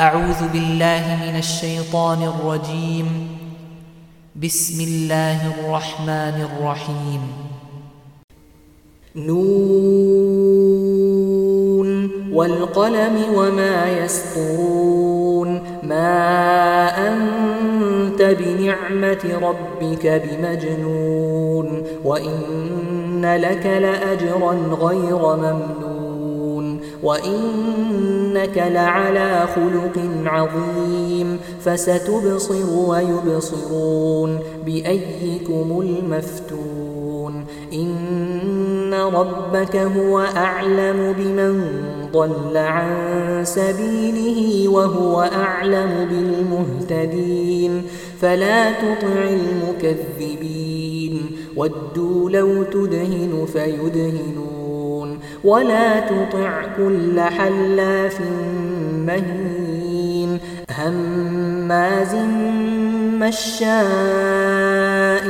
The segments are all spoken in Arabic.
أعوذ بالله من الشيطان الرجيم. بسم الله الرحمن الرحيم. نون والقلم وما يسطرون ما أنت بنعمة ربك بمجنون وإن لك لأجرا غير ممنون وإنك لعلى خلق عظيم فستبصر ويبصرون بأيكم المفتون إن ربك هو أعلم بمن ضل عن سبيله وهو أعلم بالمهتدين فلا تطع المكذبين ودوا لو تدهن فيدهنون ولا تطع كل حلاف مهين هماز مشاء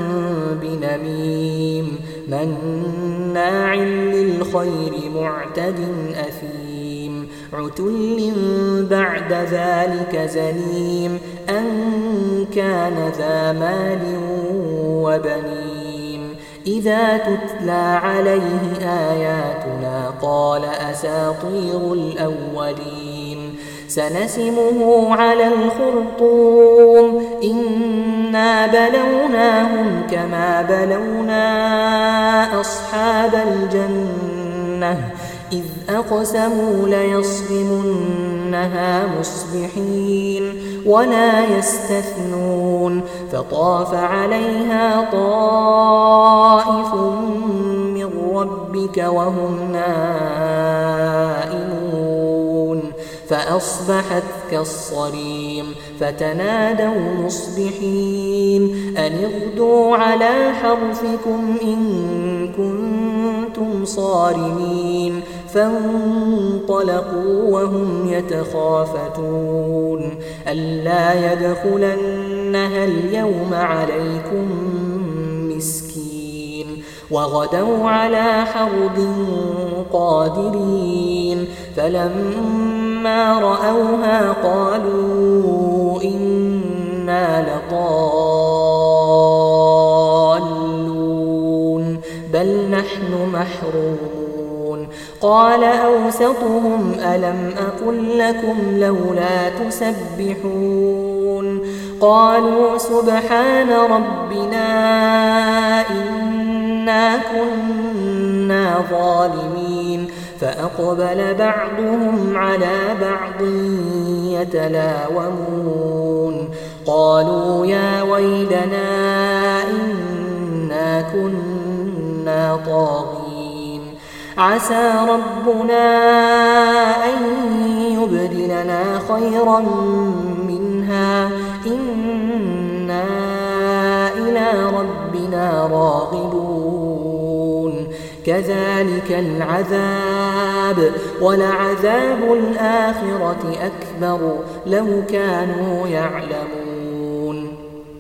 بنميم مناع للخير معتد أثيم عتل بعد ذلك زنيم أن كان ذا مال وبنين إذا تتلى عليه آياتنا قال أساطير الأولين سنسمه على الخرطوم إنا بلوناهم كما بلونا أصحاب الجنة إذ أقسموا ليصرمنها مصبحين ولا يستثنون فطاف عليها طائف من ربك وهم نائمون فأصبحت كالصريم فتنادوا مصبحين أن اغدوا على حرثكم إن كنتم صارمين فانطلقوا وهم يتخافتون ألا يدخلنها اليوم عليكم مسكين وغدوا على حرد قادرين فلما رأوها قالوا إنا لضالون بل نحن محرومون قال أوسطهم ألم أقل لكم لولا تسبحون قالوا سبحان ربنا إنا كنا ظالمين فأقبل بعضهم على بعض يتلاومون قالوا يا ويلنا إنا كنا طاغين عسى ربنا أن يبدلنا خيرا منها إنا إلى ربنا راغبون كذلك العذاب ولعذاب الآخرة أكبر لو كانوا يعلمون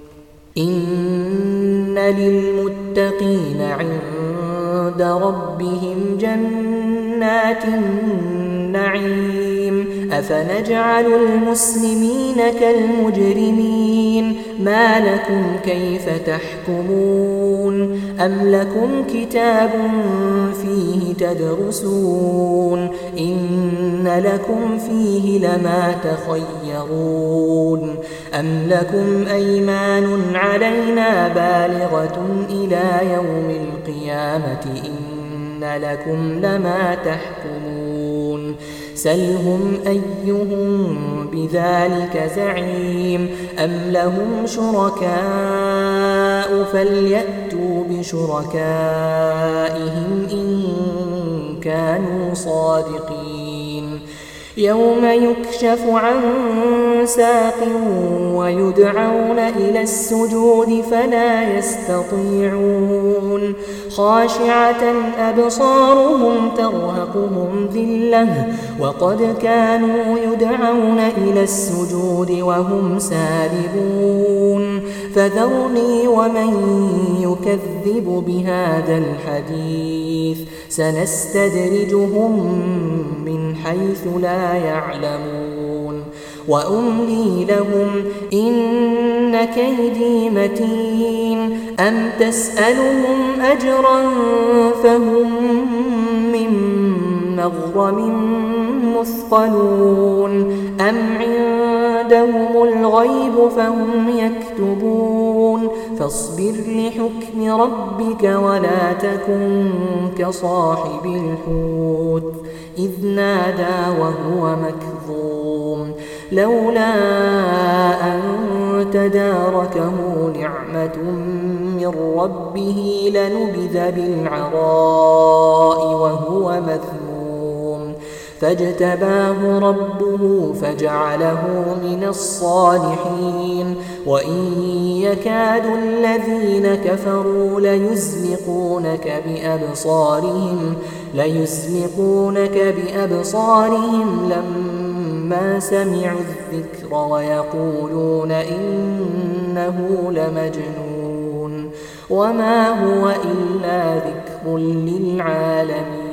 إن للمتقين عند ربهم جنات النعيم أفنجعل المسلمين كالمجرمين ما لكم كيف تحكمون أم لكم كتاب فيه تدرسون إن لكم فيه لما تخيرون أم لكم أيمان علينا بالغة إلى يوم القيامة إن لكم لما تحكمون سلهم أيهم بذلك زعيم أم لهم شركاء فليأتوا بشركائهم إن كانوا صادقين يوم يكشف عن ساق ويدعون إلى السجود فلا يستطيعون خاشعة أبصارهم ترهقهم ذلة وقد كانوا يدعون إلى السجود وهم سالمون فذرني ومن يكذب بهذا الحديث سنستدرجهم من حيث لا يعلمون وأملي لهم إن كيدي متين أم تسألهم أجرا فهم من مغرم مثقلون أم عندهم الغيب فهم يكتبون فاصبر لحكم ربك ولا تكن كصاحب الحوت إذ نادى وهو مكظوم لولا أن تداركه نعمة من ربه لنبذ بالعراء وهو مذموم فاجتباه ربه فجعله من الصالحين وإن يكاد الذين كفروا ليزلقونك بأبصارهم لما سمعوا الذكر ويقولون إنه لمجنون وما هو إلا ذكر للعالمين.